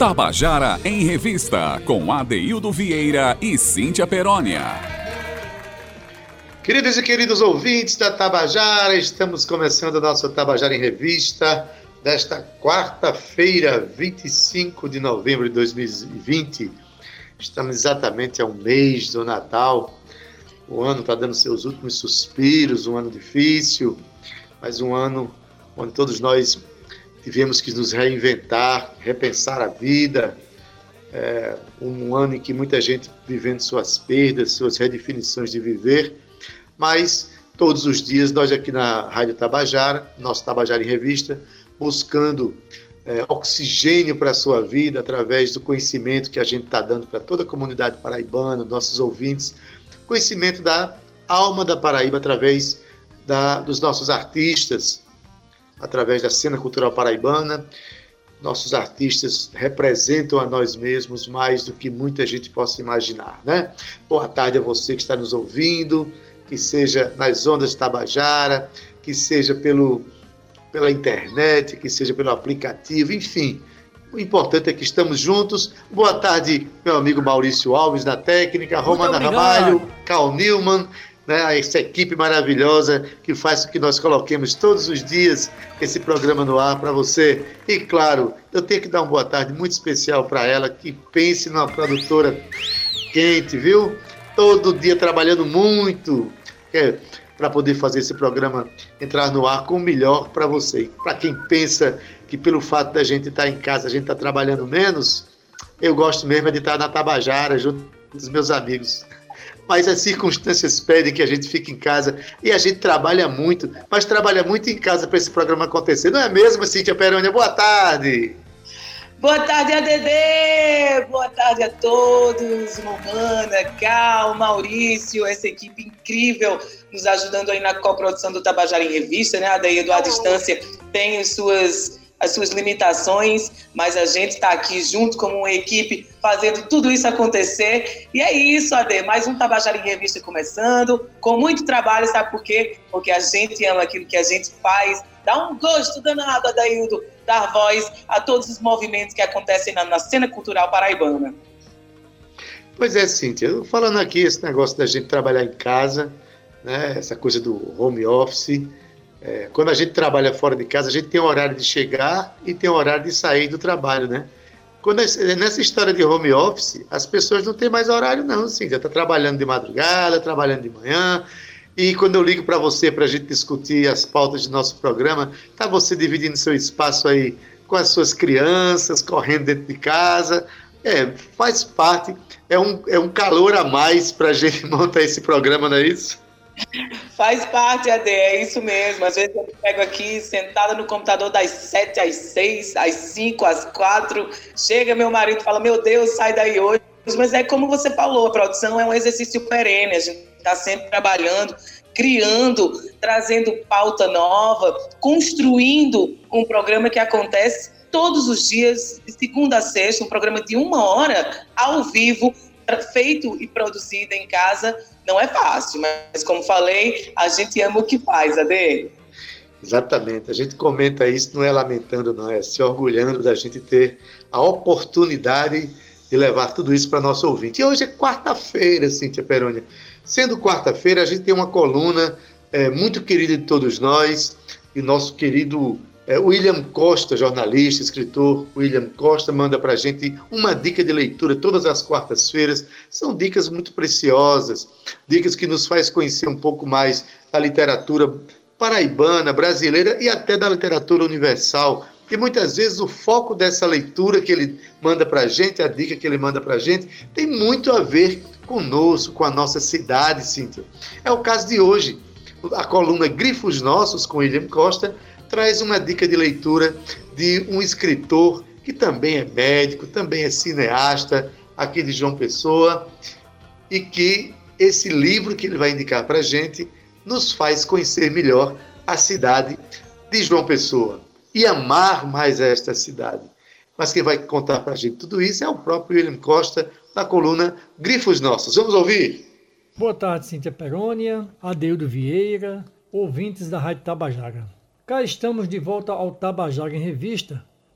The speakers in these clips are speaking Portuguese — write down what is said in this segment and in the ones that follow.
Tabajara em Revista, com Adeildo Vieira e Cíntia Perônia. Queridos e queridos ouvintes da Tabajara, estamos começando o nosso Tabajara em Revista desta quarta-feira, 25 de novembro de 2020. Estamos exatamente a um mês do Natal. O ano está dando seus últimos suspiros, um ano difícil, mas um ano onde todos nós tivemos que nos reinventar, repensar a vida. Um ano em que muita gente vivendo suas perdas, suas redefinições de viver, mas todos os dias nós aqui na Rádio Tabajara, nosso Tabajara em Revista, buscando oxigênio para a sua vida através do conhecimento que a gente está dando para toda a comunidade paraibana, nossos ouvintes, conhecimento da alma da Paraíba através dos nossos artistas, através da cena cultural paraibana. Nossos artistas representam a nós mesmos mais do que muita gente possa imaginar, né? Boa tarde a você que está nos ouvindo, que seja nas ondas Tabajara, que seja pela internet, que seja pelo aplicativo, enfim. O importante é que estamos juntos. Boa tarde, meu amigo Maurício Alves, da técnica, Romana Ramalho, Carl Newman, né, essa equipe maravilhosa que faz com que nós coloquemos todos os dias esse programa no ar para você. E, claro, eu tenho que dar uma boa tarde muito especial para ela, que pense numa produtora quente, viu? Todo dia trabalhando muito para poder fazer esse programa entrar no ar com o melhor para você. Para quem pensa que pelo fato da gente estar em casa, a gente está trabalhando menos, eu gosto mesmo de estar na Tabajara, junto com os meus amigos. Mas as circunstâncias pedem que a gente fique em casa e a gente trabalha muito, mas trabalha muito em casa para esse programa acontecer. Não é mesmo, Cíntia Perônia? Boa tarde! Boa tarde, ADD! Boa tarde a todos, Romana, Cal, Maurício, essa equipe incrível nos ajudando aí na coprodução do Tabajara em Revista, né? A Adeildo à distância tem as suas limitações, mas a gente está aqui junto como uma equipe fazendo tudo isso acontecer. E é isso, Ade, mais um Tabajara em Revista começando, com muito trabalho, sabe por quê? Porque a gente ama aquilo que a gente faz, dá um gosto danado, Adeildo, dar voz a todos os movimentos que acontecem na cena cultural paraibana. Pois é, Cíntia, falando aqui esse negócio da gente trabalhar em casa, né, essa coisa do home office. Quando a gente trabalha fora de casa, a gente tem um horário de chegar e tem um horário de sair do trabalho, né? Nessa história de home office, as pessoas não têm mais horário não, sim, já está trabalhando de madrugada, trabalhando de manhã, e quando eu ligo para você para a gente discutir as pautas do nosso programa, está você dividindo seu espaço aí com as suas crianças, correndo dentro de casa, faz parte, é um calor a mais para a gente montar esse programa, não é isso? Faz parte, Ade, é isso mesmo. Às vezes eu pego aqui sentada no computador das 7 às 6, às 5, às 4. Chega meu marido e fala, meu Deus, sai daí hoje. Mas é como você falou, a produção é um exercício perene. A gente está sempre trabalhando, criando, trazendo pauta nova, construindo um programa que acontece todos os dias, de segunda a sexta, um programa de 1 hora, ao vivo, feito e produzido em casa. Não é fácil, mas como falei, a gente ama o que faz, Ade. Exatamente, a gente comenta isso, não é lamentando, não, é se orgulhando da gente ter a oportunidade de levar tudo isso para nosso ouvinte. E hoje é quarta-feira, Cíntia Perônia. Sendo quarta-feira, a gente tem uma coluna muito querida de todos nós, e o nosso querido William Costa, jornalista, escritor, William Costa, manda para a gente uma dica de leitura todas as quartas-feiras. São dicas muito preciosas, dicas que nos faz conhecer um pouco mais da literatura paraibana, brasileira e até da literatura universal. E muitas vezes o foco dessa leitura que ele manda para a gente, a dica que ele manda para a gente, tem muito a ver conosco, com a nossa cidade, Cíntia. É o caso de hoje. A coluna Grifos Nossos, com William Costa, traz uma dica de leitura de um escritor que também é médico, também é cineasta, aqui de João Pessoa, e que esse livro que ele vai indicar para a gente nos faz conhecer melhor a cidade de João Pessoa e amar mais esta cidade. Mas quem vai contar para a gente tudo isso é o próprio William Costa, na coluna Grifos Nossos. Vamos ouvir? Boa tarde, Cíntia Perônia, Adeildo Vieira, ouvintes da Rádio Tabajara. Cá estamos de volta ao Tabajara em Revista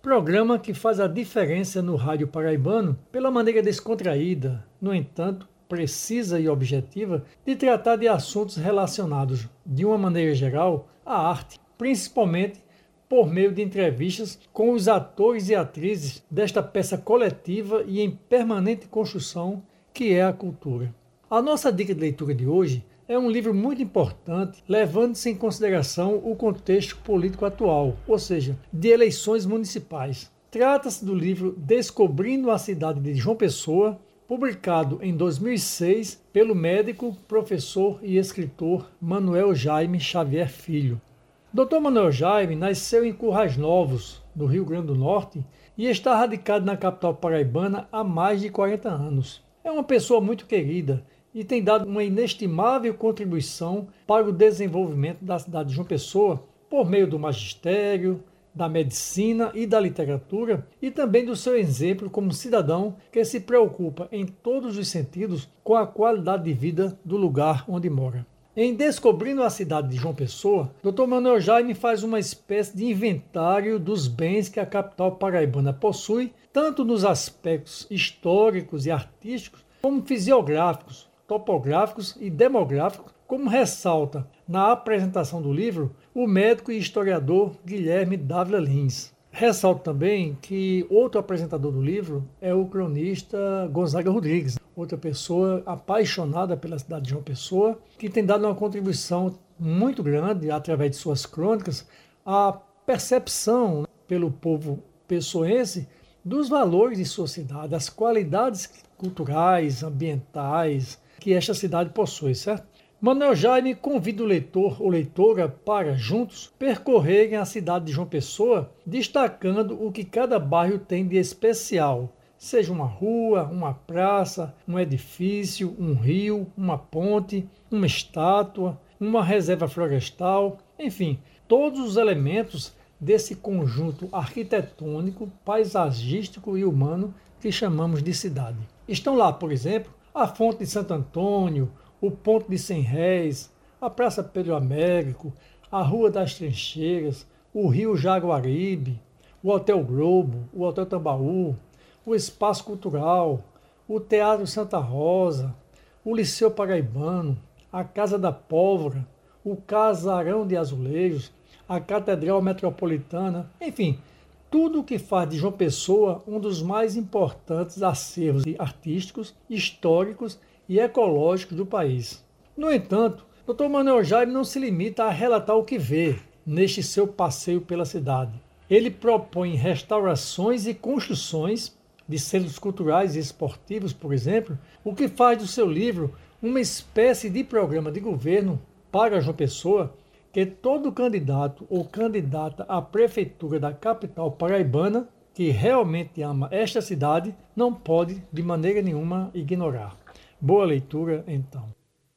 programa que faz a diferença no rádio paraibano pela maneira descontraída, no entanto, precisa e objetiva de tratar de assuntos relacionados, de uma maneira geral, à arte, principalmente por meio de entrevistas com os atores e atrizes desta peça coletiva e em permanente construção que é a cultura. A nossa dica de leitura de hoje é um livro muito importante, levando-se em consideração o contexto político atual, ou seja, de eleições municipais. Trata-se do livro Descobrindo a Cidade de João Pessoa, publicado em 2006 pelo médico, professor e escritor Manuel Jaime Xavier Filho. Dr. Manuel Jaime nasceu em Currais Novos, no Rio Grande do Norte, e está radicado na capital paraibana há mais de 40 anos. É uma pessoa muito querida e tem dado uma inestimável contribuição para o desenvolvimento da cidade de João Pessoa por meio do magistério, da medicina e da literatura, e também do seu exemplo como cidadão que se preocupa em todos os sentidos com a qualidade de vida do lugar onde mora. Em Descobrindo a Cidade de João Pessoa, Dr. Manuel Jaime faz uma espécie de inventário dos bens que a capital paraibana possui, tanto nos aspectos históricos e artísticos, como fisiográficos, topográficos e demográficos, como ressalta na apresentação do livro o médico e historiador Guilherme Dávila Lins. Ressalto também que outro apresentador do livro é o cronista Gonzaga Rodrigues, outra pessoa apaixonada pela cidade de João Pessoa, que tem dado uma contribuição muito grande, através de suas crônicas, à percepção pelo povo pessoense dos valores de sua cidade, das qualidades culturais, ambientais que esta cidade possui, certo? Manuel Jaime convida o leitor ou leitora para, juntos, percorrerem a cidade de João Pessoa, destacando o que cada bairro tem de especial, seja uma rua, uma praça, um edifício, um rio, uma ponte, uma estátua, uma reserva florestal, enfim, todos os elementos desse conjunto arquitetônico, paisagístico e humano que chamamos de cidade. Estão lá, por exemplo, a Fonte de Santo Antônio, o Ponto de 100 Réis, a Praça Pedro Américo, a Rua das Trincheiras, o Rio Jaguaribe, o Hotel Globo, o Hotel Tambaú, o Espaço Cultural, o Teatro Santa Rosa, o Liceu Paraibano, a Casa da Pólvora, o Casarão de Azulejos, a Catedral Metropolitana, enfim, tudo o que faz de João Pessoa um dos mais importantes acervos artísticos, históricos e ecológicos do país. No entanto, Dr. Manuel Jaime não se limita a relatar o que vê neste seu passeio pela cidade. Ele propõe restaurações e construções de centros culturais e esportivos, por exemplo, o que faz do seu livro uma espécie de programa de governo para João Pessoa, que todo candidato ou candidata à prefeitura da capital paraibana que realmente ama esta cidade não pode, de maneira nenhuma, ignorar. Boa leitura, então.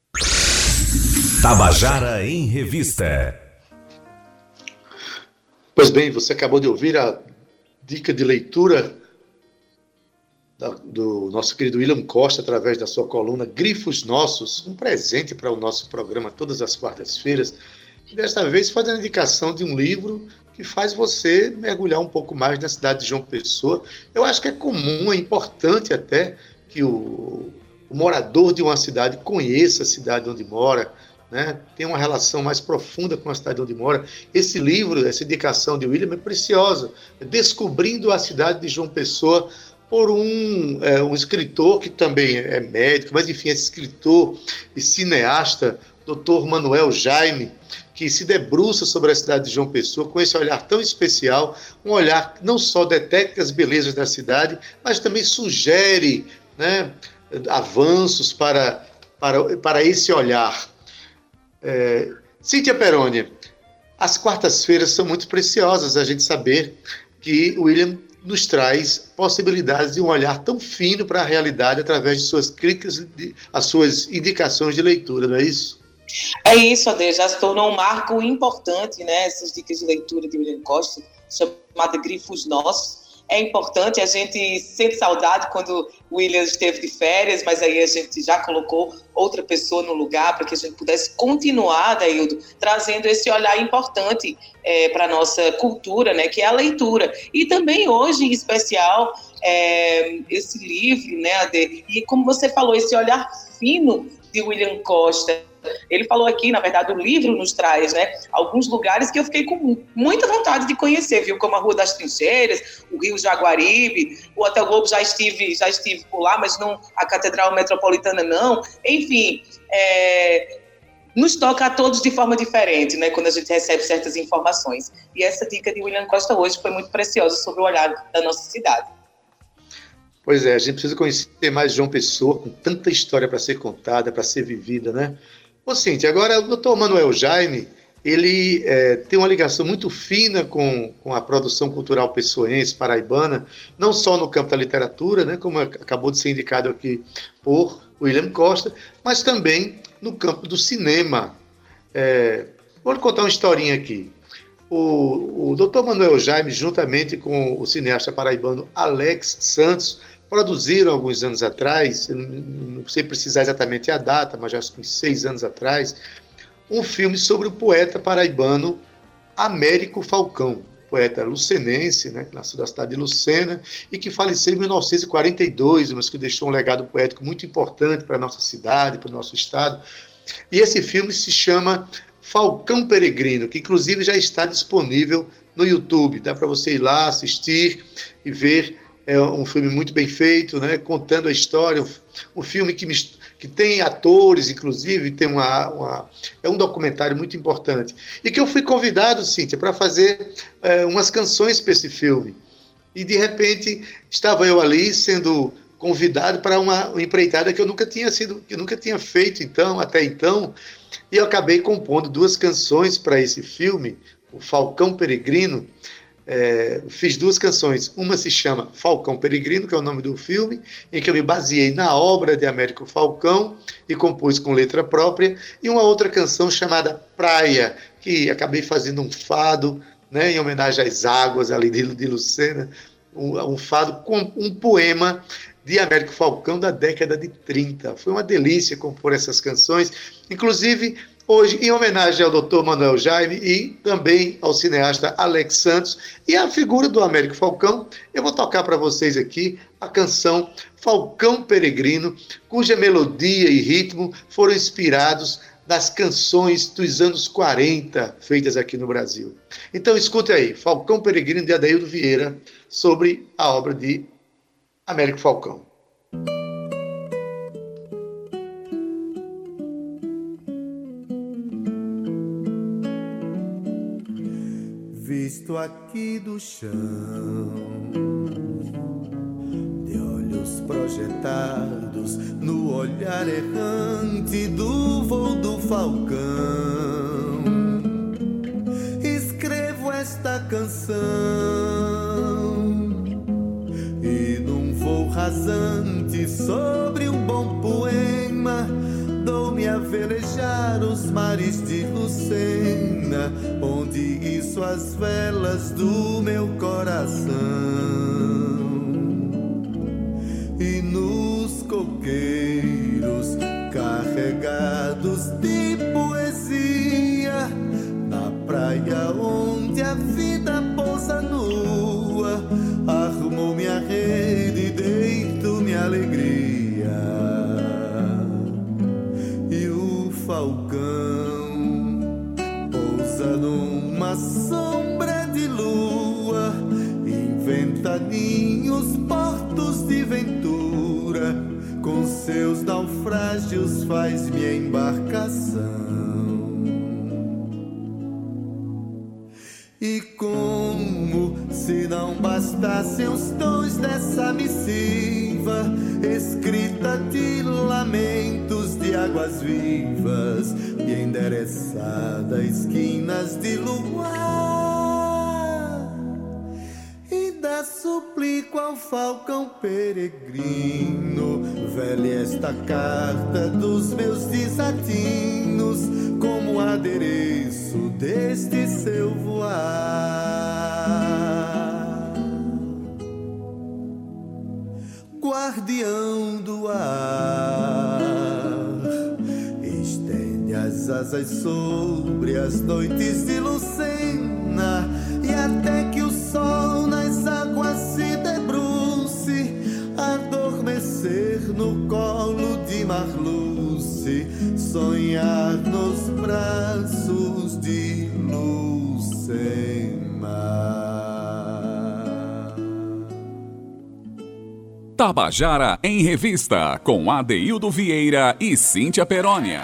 Tabajara em Revista. Pois bem, você acabou de ouvir a dica de leitura do nosso querido William Costa, através da sua coluna Grifos Nossos, um presente para o nosso programa todas as quartas-feiras. E desta vez fazendo a indicação de um livro que faz você mergulhar um pouco mais na cidade de João Pessoa. Eu acho que é comum, é importante até que o morador de uma cidade conheça a cidade onde mora, né? Tem uma relação mais profunda com a cidade onde mora. Esse livro, essa indicação de William é preciosa, Descobrindo a Cidade de João Pessoa, por um escritor que também é médico, mas enfim, é escritor e cineasta, Dr. Manuel Jaime, que se debruça sobre a cidade de João Pessoa com esse olhar tão especial, um olhar que não só detecta as belezas da cidade, mas também sugere, né, avanços para esse olhar. Cíntia Peroni, as quartas-feiras são muito preciosas, a gente saber que o William nos traz possibilidades de um olhar tão fino para a realidade através de suas críticas, as suas indicações de leitura, não é isso? É isso, Ade, já se tornou um marco importante, né, essas dicas de leitura de William Costa, chamada Grifos Nossos. é importante, a gente sente saudade quando o William esteve de férias, mas aí a gente já colocou outra pessoa no lugar para que a gente pudesse continuar, Adaildo, trazendo esse olhar importante para a nossa cultura, né, que é a leitura. E também hoje, em especial, esse livro, né, Ade, e como você falou, esse olhar fino de William Costa. Ele falou aqui, na verdade, o livro nos traz, né, alguns lugares que eu fiquei com muita vontade de conhecer, viu? Como a Rua das Trincheiras, o Rio Jaguaribe, o Hotel Globo já estive por lá, mas não a Catedral Metropolitana não. Enfim, nos toca a todos de forma diferente, né, quando a gente recebe certas informações. E essa dica de William Costa hoje foi muito preciosa sobre o olhar da nossa cidade. Pois é, a gente precisa conhecer mais João Pessoa, com tanta história para ser contada, para ser vivida, né? Ô, Cíntia, agora o doutor Manuel Jaime, ele tem uma ligação muito fina com a produção cultural pessoense, paraibana, não só no campo da literatura, né, como acabou de ser indicado aqui por William Costa, mas também no campo do cinema. Vou contar uma historinha aqui. O doutor Manuel Jaime, juntamente com o cineasta paraibano Alex Santos, produziram alguns anos atrás, não sei precisar exatamente a data, mas já uns 6 anos atrás, um filme sobre o poeta paraibano Américo Falcão, poeta lucenense, né, nasceu da cidade de Lucena, e que faleceu em 1942, mas que deixou um legado poético muito importante para a nossa cidade, para o nosso estado. E esse filme se chama Falcão Peregrino, que inclusive já está disponível no YouTube. Dá para você ir lá, assistir e ver. É um filme muito bem feito, né, contando a história, um filme que tem atores, inclusive, tem é um documentário muito importante. E que eu fui convidado, Cíntia, para fazer umas canções para esse filme. E, de repente, estava eu ali sendo convidado para uma empreitada que eu nunca tinha feito até então, e eu acabei compondo 2 canções para esse filme, o Falcão Peregrino. Fiz 2 canções, uma se chama Falcão Peregrino, que é o nome do filme, em que eu me baseei na obra de Américo Falcão e compus com letra própria, e uma outra canção chamada Praia, que acabei fazendo um fado, né, em homenagem às águas ali de Lucena, um fado com um poema de Américo Falcão da década de 30. Foi uma delícia compor essas canções, inclusive hoje, em homenagem ao Dr. Manuel Jaime e também ao cineasta Alex Santos e à figura do Américo Falcão, eu vou tocar para vocês aqui a canção Falcão Peregrino, cuja melodia e ritmo foram inspirados nas canções dos anos 40 feitas aqui no Brasil. Então escute aí, Falcão Peregrino de Adaildo Vieira, sobre a obra de Américo Falcão. Visto aqui do chão, de olhos projetados no olhar errante do voo do falcão, escrevo esta canção e num voo rasante sobre um bom poema dou-me a velejar os mares de Lucena, onde isso as velas do meu coração. E nos coqueiros carregados de poesia, na praia onde a vida pousa nua, arrumo minha rede e deito minha alegria. Falcão pousa numa sombra de lua, inventa ninhos, portos de ventura, com seus naufrágios faz minha embarcação. E como se não bastassem os tons dessa missiva, escrita de lamentos de águas vivas e endereçada a esquinas de luar, ainda suplico ao falcão peregrino, velha esta carta dos meus desatinos, como adereço deste seu voar. guardião do ar, estende as asas sobre as noites de Lucena, e até que o sol nas águas se debruce, adormecer no colo de Marluce, sonhar nos braços de Lucena. Tabajara em Revista, com Adeildo Vieira e Cíntia Perônia.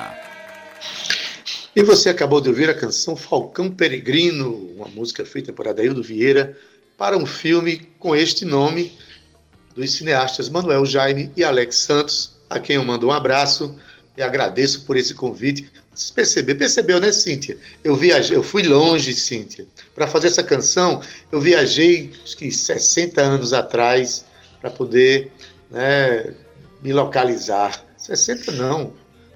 E você acabou de ouvir a canção Falcão Peregrino, uma música feita por Adeildo Vieira para um filme com este nome, dos cineastas Manuel Jaime e Alex Santos, a quem eu mando um abraço e agradeço por esse convite. Percebeu, né, Cíntia? Eu fui longe, Cíntia. Para fazer essa canção, eu viajei, acho que 60 anos atrás, para poder, né, me localizar. 60 não,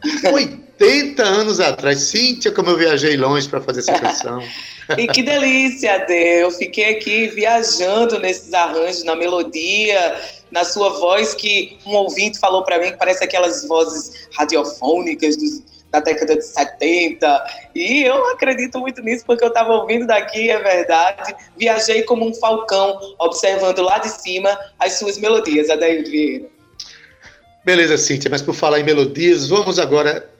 80 anos atrás. Cíntia, como eu viajei longe para fazer essa canção. E que delícia, Ade. Eu fiquei aqui viajando nesses arranjos, na melodia, na sua voz, que um ouvinte falou para mim que parece aquelas vozes radiofônicas da década de 70, e eu acredito muito nisso, porque eu estava ouvindo daqui, é verdade. Viajei como um falcão, observando lá de cima as suas melodias, Adeildo Vieira. Beleza, Cíntia, mas por falar em melodias, vamos agora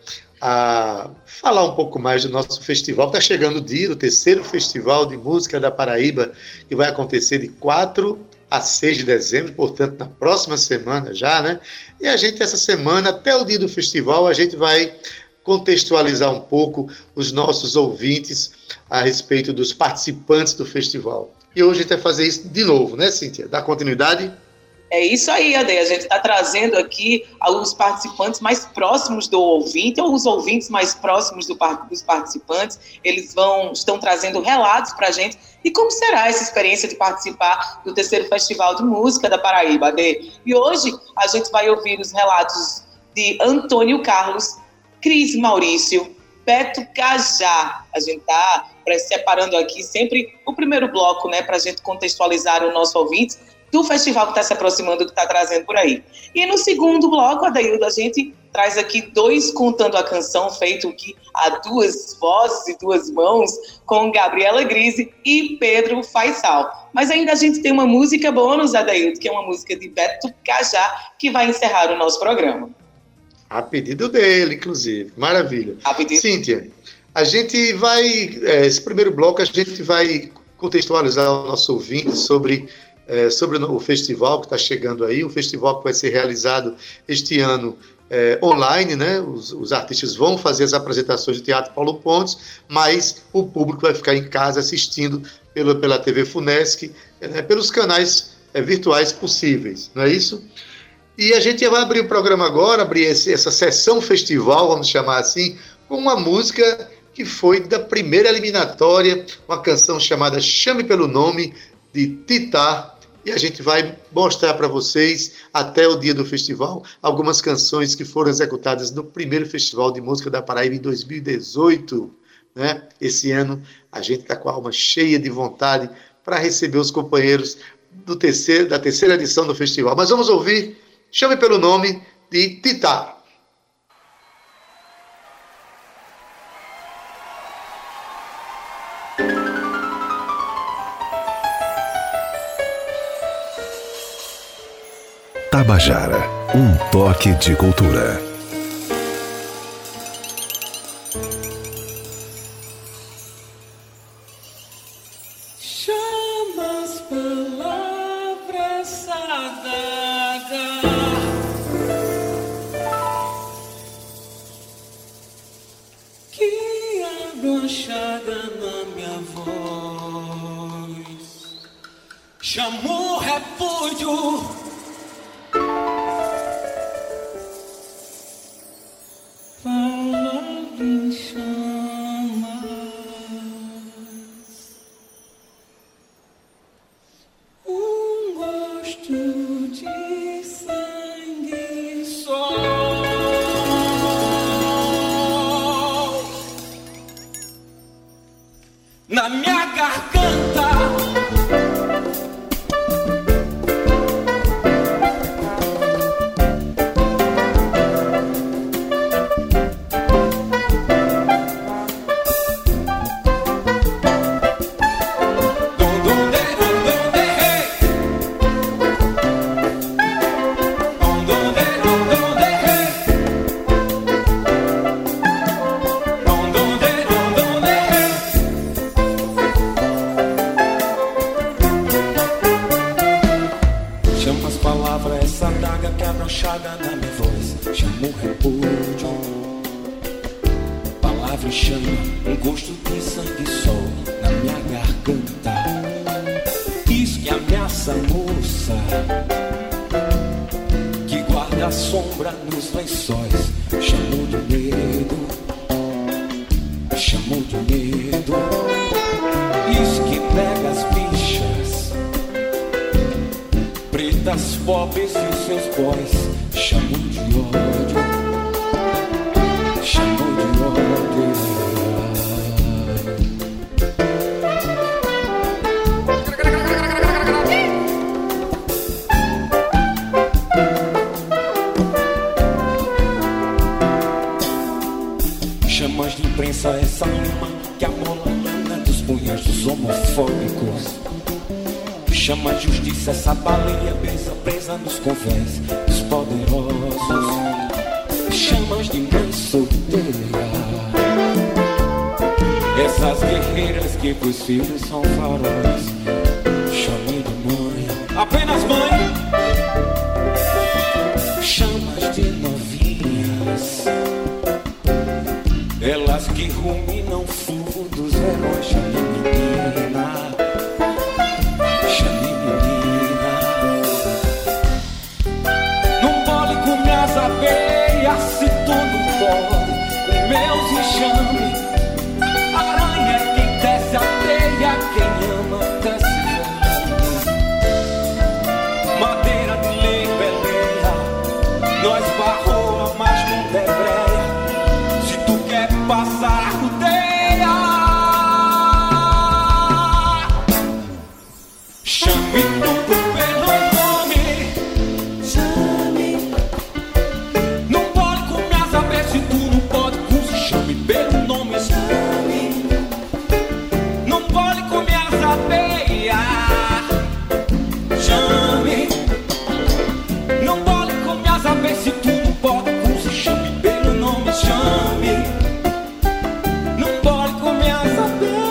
a falar um pouco mais do nosso festival. Está chegando o dia do terceiro Festival de Música da Paraíba, que vai acontecer de 4 a 6 de dezembro, portanto, na próxima semana já, né? E a gente, essa semana, até o dia do festival, a gente vai contextualizar um pouco os nossos ouvintes a respeito dos participantes do festival. E hoje a gente vai fazer isso de novo, né, Cíntia? Dar continuidade? É isso aí, Ade. A gente está trazendo aqui os participantes mais próximos do ouvinte, ou os ouvintes mais próximos dos participantes. Eles estão trazendo relatos para a gente de como será essa experiência de participar do terceiro Festival de Música da Paraíba, Ade. E hoje a gente vai ouvir os relatos de Antônio Carlos, Cris Maurício, Beto Cajá. A gente está separando aqui sempre o primeiro bloco, né, para a gente contextualizar o nosso ouvinte do festival que está se aproximando, que está trazendo por aí. E no segundo bloco, Adeildo, a gente traz aqui 2 contando a canção, feito aqui a 2 vozes e 2 mãos, com Gabriela Grise e Pedro Faisal. Mas ainda a gente tem uma música bônus, Adeildo, que é uma música de Beto Cajá, que vai encerrar o nosso programa. A pedido dele, inclusive. Maravilha. Cíntia, a gente vai... esse primeiro bloco, a gente vai contextualizar o nosso ouvinte sobre o festival que está chegando aí, um festival que vai ser realizado este ano online, né? Os artistas vão fazer as apresentações do Teatro Paulo Pontes, mas o público vai ficar em casa assistindo pela TV Funesc, pelos canais virtuais possíveis, não é isso? E a gente vai abrir o programa agora, abrir essa sessão festival, vamos chamar assim, com uma música que foi da primeira eliminatória, uma canção chamada Chame Pelo Nome, de Titá. E a gente vai mostrar para vocês, até o dia do festival, algumas canções que foram executadas no primeiro Festival de Música da Paraíba em 2018. Né? Esse ano a gente está com a alma cheia de vontade para receber os companheiros da terceira edição do festival. Mas vamos ouvir Chame Pelo Nome, de Titá. Tabajara, um toque de cultura. Chama as palavras adaga, que água chaga na minha voz, chamou repúdio. Falando em chamas, gosto de sangue sol, na minha garganta, palavras, essa adaga que abrochada na minha voz chama o repúdio. Palavra chama um gosto de sangue e sol na minha garganta. Isso que ameaça a moça que guarda a sombra nos lençóis. Chamou de medo, chamou de medo. Isso que pega as bichas pretas, pobres e os seus boys. Chamou de ódio, chamou de ódio. Chamas de imprensa, essa lama que amola a lana dos punhos dos homofóbicos. Chama a justiça, essa baleia presa nos convés dos poderosos. Chamas de mãe solteira, essas guerreiras que pros filhos são faróis. Chame de mãe, apenas mãe. Chamas de novinhas, elas que ruminam fogo dos heróis. Chame menina, chame menina. Não pode comer as abelhas se tu não pode com meus enxames. Aranha é quem desce a teia, quem ama desce vermelho. Madeira de lei peleia, nós barroa, mas não debreia. Se tu quer passar a rodeia, chame tudo pelo nome. Chame. Não pode comer as abelhas se tu não pode com. Chame pelo nome. Chame. Não pode comer as abelhas. Chame. Não pode comer as abelhas se tu não pode com. Chame pelo nome. Chame. Não pode comer as abelhas.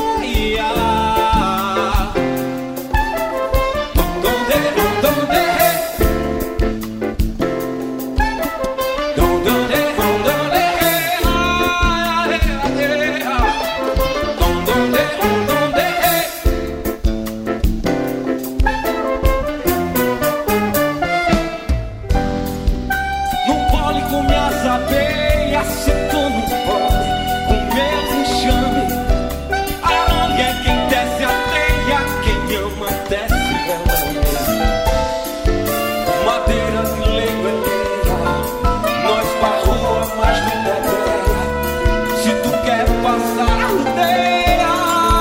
Não pode comer as abelhas se tu não pode comer os enxames. Aranha é quem desce a teia, quem ama desce vermelho. Madeira de lei peleia, nós barroa, mas não debreia. Se tu quer passar a rodeia,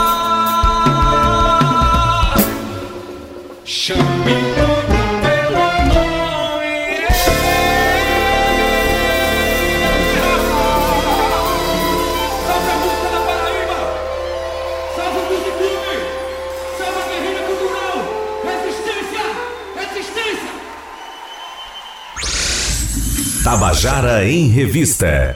chame tudo pelo nome. Salve a música da Paraíba, salve o Music Clube, salve a guerrilha cultural. Resistência, resistência. Tabajara em Revista.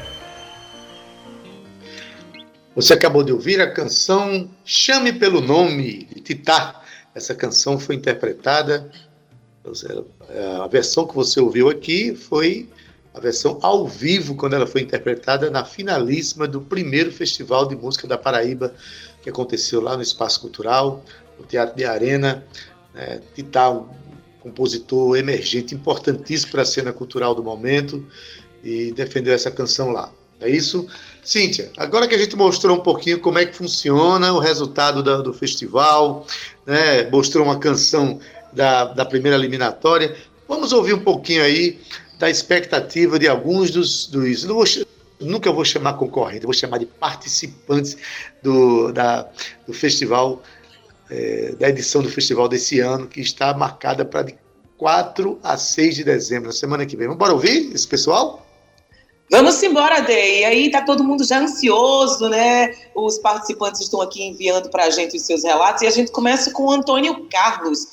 Você acabou de ouvir a canção Chame Pelo Nome, de Titá. Essa canção foi interpretada, a versão que você ouviu aqui foi a versão ao vivo, quando ela foi interpretada na finalíssima do primeiro Festival de Música da Paraíba, que aconteceu lá no Espaço Cultural, no Teatro de Arena. Titá, um compositor emergente, importantíssimo para a cena cultural do momento, e defendeu essa canção lá. É isso? Cíntia, agora que a gente mostrou um pouquinho como é que funciona o resultado do festival, né, mostrou uma canção da primeira eliminatória, vamos ouvir um pouquinho aí da expectativa de alguns dos nunca vou chamar concorrente, vou chamar de participantes do festival, da edição do festival desse ano, que está marcada para de 4 a 6 de dezembro, na semana que vem. Vamos ouvir esse pessoal? Vamos embora, Dey. E aí tá todo mundo já ansioso, né? Os participantes estão aqui enviando para a gente os seus relatos. E a gente começa com o Antônio Carlos.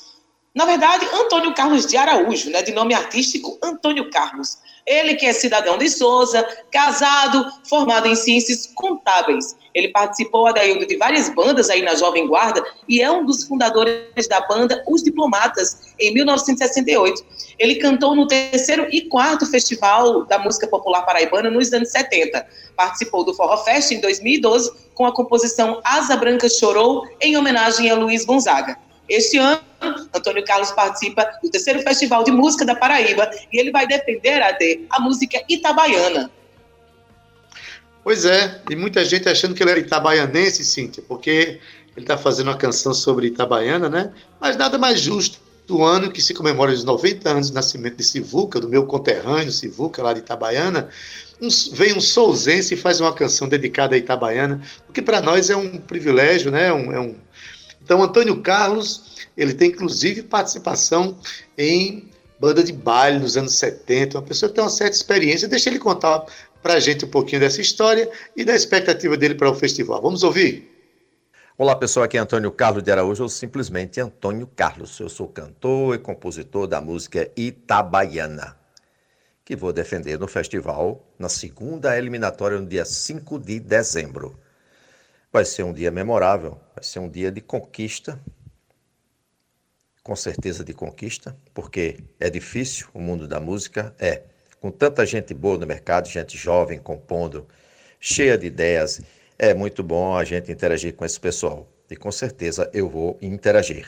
Na verdade, Antônio Carlos de Araújo, né, de nome artístico Antônio Carlos. Ele que é cidadão de Souza, casado, formado em ciências contábeis. Ele participou, Adaildo, de várias bandas aí na Jovem Guarda e é um dos fundadores da banda Os Diplomatas, em 1968. Ele cantou no 3º e 4º Festival da Música Popular Paraibana nos anos 70. Participou do Forró Fest em 2012 com a composição Asa Branca Chorou, em homenagem a Luiz Gonzaga. Este ano, Antônio Carlos participa do 3º Festival de Música da Paraíba e ele vai defender, a música itabaiana. Pois é, e muita gente achando que ele era itabaianense, Cíntia, porque ele está fazendo uma canção sobre Itabaiana, né? Mas nada mais justo do ano que se comemora os 90 anos de nascimento de Sivuca, do meu conterrâneo Sivuca, lá de Itabaiana. Vem um souzense e faz uma canção dedicada a Itabaiana, o que para nós é um privilégio, né? Então, Antônio Carlos, ele tem inclusive participação em banda de baile nos anos 70, uma pessoa que tem uma certa experiência. Deixa ele contar para a gente um pouquinho dessa história e da expectativa dele para o festival. Vamos ouvir? Olá pessoal, aqui é Antônio Carlos de Araújo, ou simplesmente Antônio Carlos. Eu sou cantor e compositor da música Itabaiana, que vou defender no festival na segunda eliminatória no dia 5 de dezembro. Vai ser um dia memorável, vai ser um dia de conquista, com certeza de conquista, porque é difícil o mundo da música, com tanta gente boa no mercado, gente jovem, compondo, cheia de ideias, é muito bom a gente interagir com esse pessoal. E com certeza eu vou interagir.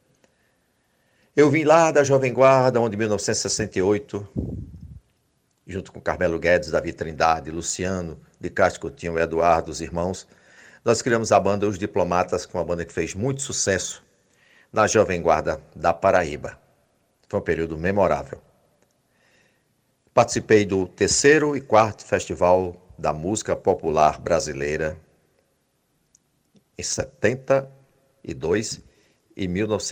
Eu vim lá da Jovem Guarda, onde em 1968, junto com Carmelo Guedes, Davi Trindade, Luciano, de Castro Coutinho, Eduardo, os irmãos, nós criamos a banda Os Diplomatas, com uma banda que fez muito sucesso na Jovem Guarda da Paraíba. Foi um período memorável. Participei do 3º e 4º Festival da Música Popular Brasileira em 72 e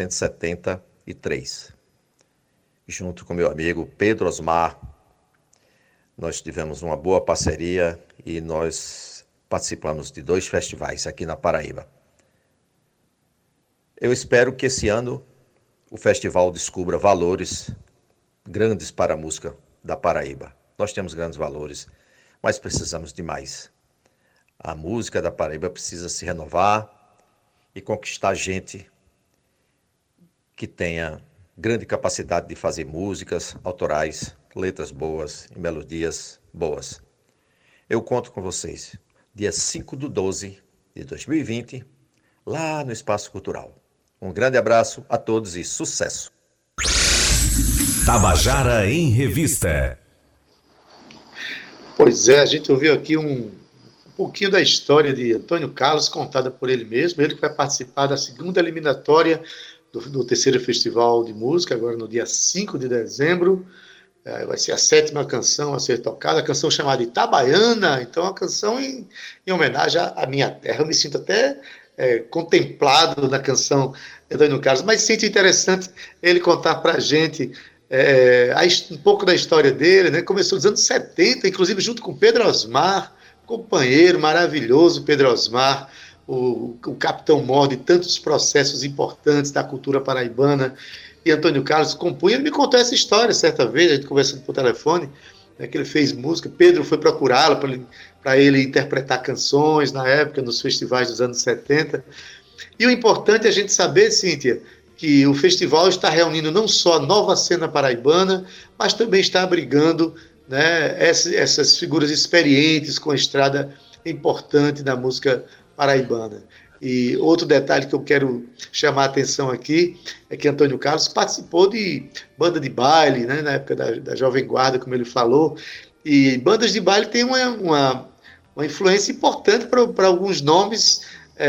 1973. Junto com meu amigo Pedro Osmar, nós tivemos uma boa parceria e nós participamos de 2 festivais aqui na Paraíba. Eu espero que esse ano o festival descubra valores grandes para a música da Paraíba. Nós temos grandes valores, mas precisamos de mais. A música da Paraíba precisa se renovar e conquistar gente que tenha grande capacidade de fazer músicas autorais, letras boas e melodias boas. Eu conto com vocês, dia 5/12 de 2020, lá no Espaço Cultural. Um grande abraço a todos e sucesso! Tabajara em Revista. Pois é, a gente ouviu aqui um pouquinho da história de Antônio Carlos, contada por ele mesmo, ele que vai participar da segunda eliminatória do 3º Festival de Música, agora no dia 5 de dezembro. Vai ser a 7ª canção a ser tocada, a canção chamada Itabaiana, então uma canção em homenagem à minha terra. Eu me sinto até contemplado na canção de Antônio Carlos, mas sinto interessante ele contar para a gente um pouco da história dele, né? Começou nos anos 70, inclusive junto com Pedro Osmar, companheiro maravilhoso Pedro Osmar, o capitão mor de tantos processos importantes da cultura paraibana. E Antônio Carlos compunha. Ele me contou essa história certa vez, a gente conversando por telefone, né, que ele fez música. Pedro foi procurá-lo para ele interpretar canções na época, nos festivais dos anos 70. E o importante é a gente saber, Cíntia, que o festival está reunindo não só a nova cena paraibana, mas também está abrigando, né, essas figuras experientes com a estrada importante da música paraibana. E outro detalhe que eu quero chamar a atenção aqui é que Antônio Carlos participou de banda de baile, né, na época da Jovem Guarda, como ele falou, e bandas de baile têm uma influência importante para alguns nomes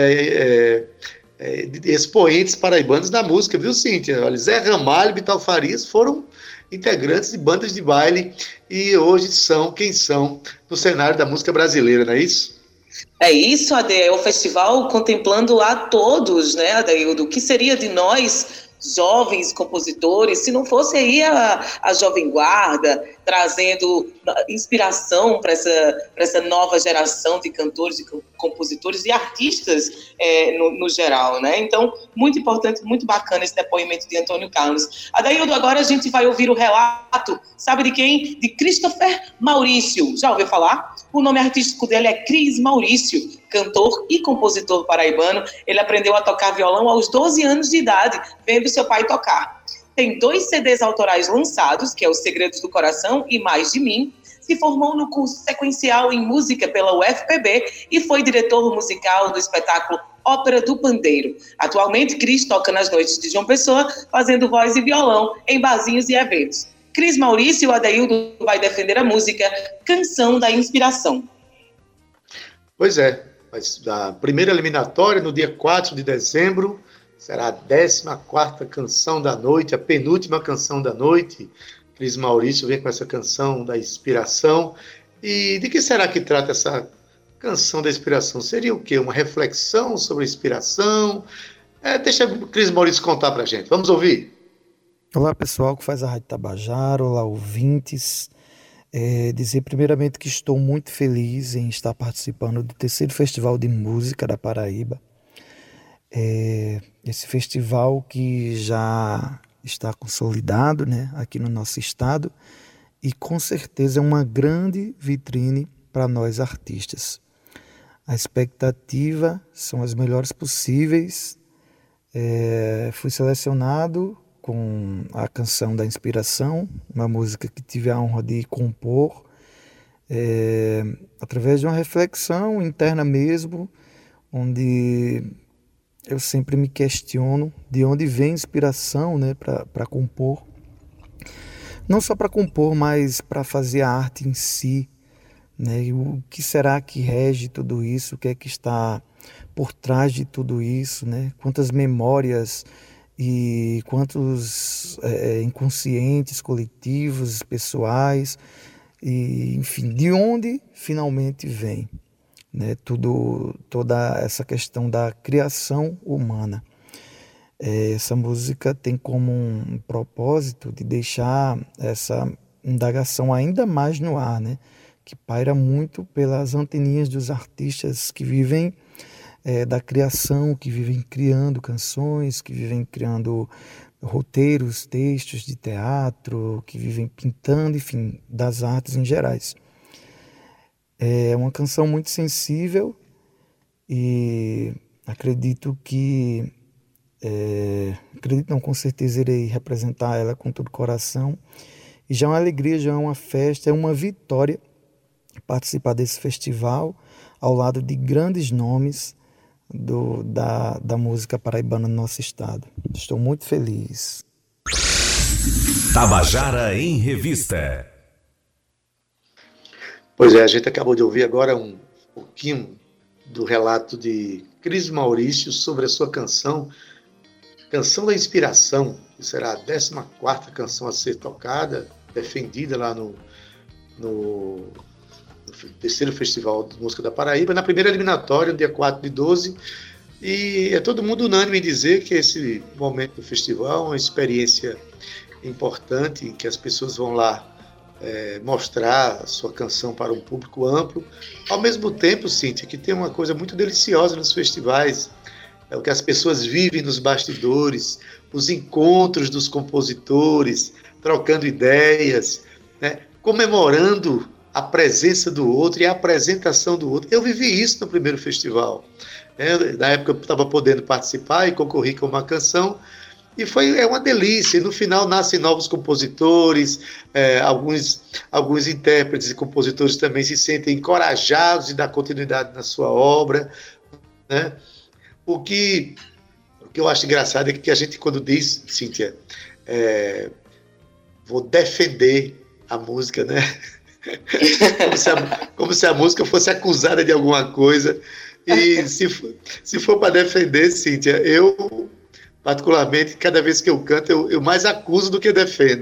expoentes paraibanos da música, viu, Cíntia? Olha, Zé Ramalho e Vital Farias foram integrantes de bandas de baile e hoje são quem são no cenário da música brasileira, não é isso? É isso, Ade, é o festival contemplando a todos, né, Adaildo? O que seria de nós jovens compositores, se não fosse aí a Jovem Guarda trazendo inspiração para essa nova geração de cantores, de compositores e artistas no geral, né? Então, muito importante, muito bacana esse depoimento de Antônio Carlos. Adaildo, agora a gente vai ouvir o relato, sabe de quem? De Christopher Maurício. Já ouviu falar? O nome artístico dele é Cris Maurício, cantor e compositor paraibano. Ele aprendeu a tocar violão aos 12 anos de idade, vendo seu pai tocar. Tem 2 CDs autorais lançados, que é Os Segredos do Coração e Mais de Mim. Se formou no curso sequencial em música pela UFPB e foi diretor musical do espetáculo Ópera do Pandeiro. Atualmente, Cris toca nas noites de João Pessoa, fazendo voz e violão em barzinhos e eventos. Cris Maurício, o Adaildo vai defender a música Canção da Inspiração. Pois é, mas da primeira eliminatória, no dia 4 de dezembro, será a 14ª canção da noite, a penúltima canção da noite. Cris Maurício vem com essa canção da inspiração. E de que será que trata essa canção da inspiração? Seria o quê? Uma reflexão sobre a inspiração? Deixa o Cris Maurício contar pra gente. Vamos ouvir? Olá, pessoal que faz a Rádio Tabajara, olá, ouvintes. Dizer primeiramente que estou muito feliz em estar participando do 3º Festival de Música da Paraíba. Esse festival que já está consolidado, né, aqui no nosso estado, e com certeza é uma grande vitrine para nós artistas. A expectativa são as melhores possíveis. Fui selecionado com a Canção da Inspiração, uma música que tive a honra de compor, através de uma reflexão interna mesmo, onde eu sempre me questiono de onde vem inspiração, né, para compor. Não só para compor, mas para fazer a arte em si, né? E o que será que rege tudo isso? O que é que está por trás de tudo isso, né? Quantas memórias e quantos inconscientes coletivos, pessoais, e, enfim, de onde finalmente vem, né, toda essa questão da criação humana. Essa música tem como um propósito de deixar essa indagação ainda mais no ar, né, que paira muito pelas anteninhas dos artistas que vivem da criação, que vivem criando canções, que vivem criando roteiros, textos de teatro, que vivem pintando, enfim, das artes em gerais. É uma canção muito sensível e acredito não, com certeza irei representar ela com todo o coração. E já é uma alegria, já é uma festa, é uma vitória participar desse festival ao lado de grandes nomes da música paraibana no nosso estado. Estou muito feliz. Tabajara em Revista. Pois é, a gente acabou de ouvir agora um pouquinho do relato de Cris Maurício sobre a sua canção da Inspiração, que será a 14ª canção a ser tocada, defendida lá no 3º Festival de Música da Paraíba, na primeira eliminatória, no dia 4 de 12, e é todo mundo unânime em dizer que esse momento do festival é uma experiência importante, em que as pessoas vão lá mostrar a sua canção para um público amplo. Ao mesmo tempo, Cíntia, que tem uma coisa muito deliciosa nos festivais, é o que as pessoas vivem nos bastidores, os encontros dos compositores, trocando ideias, né, comemorando a presença do outro e a apresentação do outro. Eu vivi isso no primeiro festival. Na época eu estava podendo participar e concorri com uma canção, e é uma delícia. E no final nascem novos compositores, alguns intérpretes e compositores também se sentem encorajados de dar continuidade na sua obra, né? O que eu acho engraçado é que a gente, quando diz, Cíntia, vou defender a música, né? como se a música fosse acusada de alguma coisa. E se for para defender, Cíntia, eu, particularmente, cada vez que eu canto, eu mais acuso do que defendo.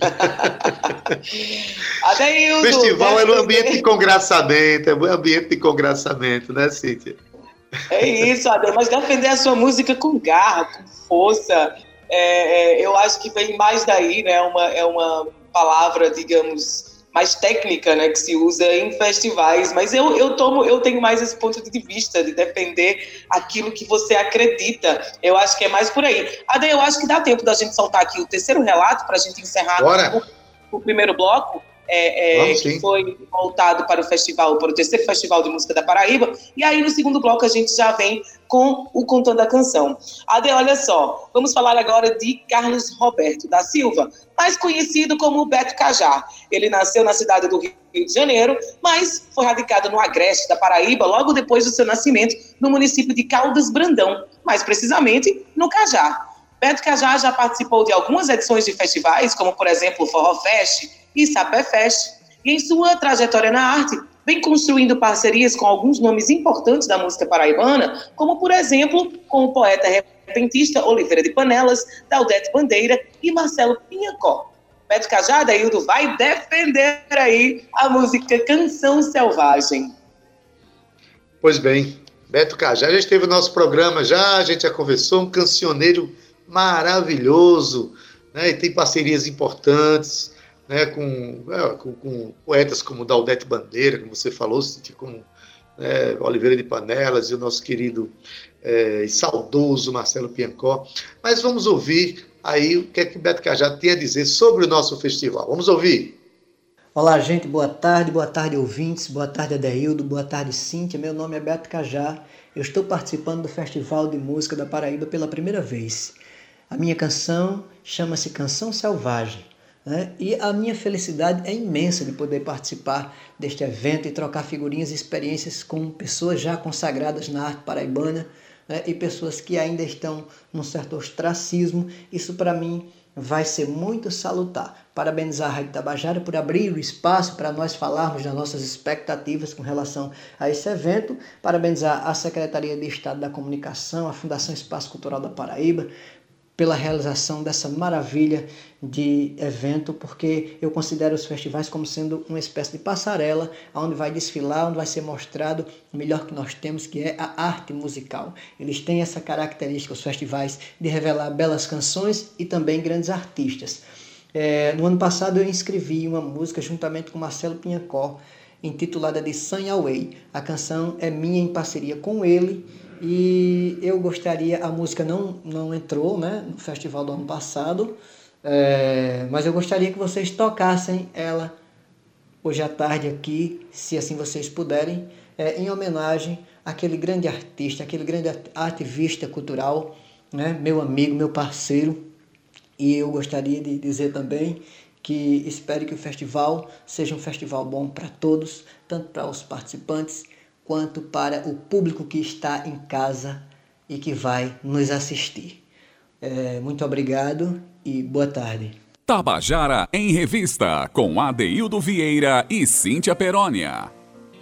Adaildo, o festival é um ambiente de congraçamento, né, Cíntia? É isso, Adaildo, mas defender a sua música com garra, com força, Eu acho que vem mais daí, né? É uma palavra, digamos, mais técnica, né, que se usa em festivais, mas eu tenho mais esse ponto de vista de defender aquilo que você acredita. Eu acho que é mais por aí. Ade, eu acho que dá tempo da gente soltar aqui o terceiro relato para a gente encerrar o primeiro bloco. Que foi voltado para o terceiro Festival de Música da Paraíba, e aí no segundo bloco a gente já vem com o Contando a Canção. Ade, olha só, vamos falar agora de Carlos Roberto da Silva, mais conhecido como Beto Cajá. Ele nasceu na cidade do Rio de Janeiro, mas foi radicado no Agreste da Paraíba logo depois do seu nascimento no município de Caldas Brandão, mais precisamente no Cajá. Beto Cajá já participou de algumas edições de festivais, como por exemplo o Forró Fest e Sapé Fest, e em sua trajetória na arte vem construindo parcerias com alguns nomes importantes da música paraibana, como por exemplo com o poeta repentista Oliveira de Panelas, Daudete Bandeira e Marcelo Pinhacó. Beto Cajá, Adaildo, vai defender aí a música Canção Selvagem. Pois bem, Beto Cajá já esteve no nosso programa, a gente já conversou, um cancioneiro maravilhoso, né, e tem parcerias importantes, né, com poetas como Daudete Bandeira, como você falou, como Oliveira de Panelas e o nosso querido e saudoso Marcelo Pinhacó. Mas vamos ouvir aí o que é que Beto Cajá tem a dizer sobre o nosso festival. Vamos ouvir. Olá, gente, boa tarde ouvintes, boa tarde Adaildo, boa tarde Cíntia, meu nome é Beto Cajá, eu estou participando do Festival de Música da Paraíba pela primeira vez. A minha canção chama-se Canção Selvagem, né? E a minha felicidade é imensa de poder participar deste evento e trocar figurinhas e experiências com pessoas já consagradas na arte paraibana, né? E pessoas que ainda estão num certo ostracismo. Isso para mim vai ser muito salutar. Parabenizar a Rádio Tabajara por abrir o espaço para nós falarmos das nossas expectativas com relação a esse evento. Parabenizar a Secretaria de Estado da Comunicação, a Fundação Espaço Cultural da Paraíba, pela realização dessa maravilha de evento, porque eu considero os festivais como sendo uma espécie de passarela, onde vai desfilar, onde vai ser mostrado o melhor que nós temos, que é a arte musical. Eles têm essa característica, os festivais, de revelar belas canções e também grandes artistas. No ano passado eu inscrevi uma música juntamente com Marcelo Pinhacó, intitulada de Sanhaway. A canção é minha em parceria com ele, e eu gostaria, a música não entrou, né, no festival do ano passado, mas eu gostaria que vocês tocassem ela hoje à tarde aqui, se assim vocês puderem, em homenagem àquele grande artista, aquele grande ativista cultural, né, meu amigo, meu parceiro. E eu gostaria de dizer também que espero que o festival seja um festival bom para todos, tanto para os participantes, quanto para o público que está em casa e que vai nos assistir. Muito obrigado e boa tarde. Tabajara em Revista, com Adeildo Vieira e Cíntia Perônia.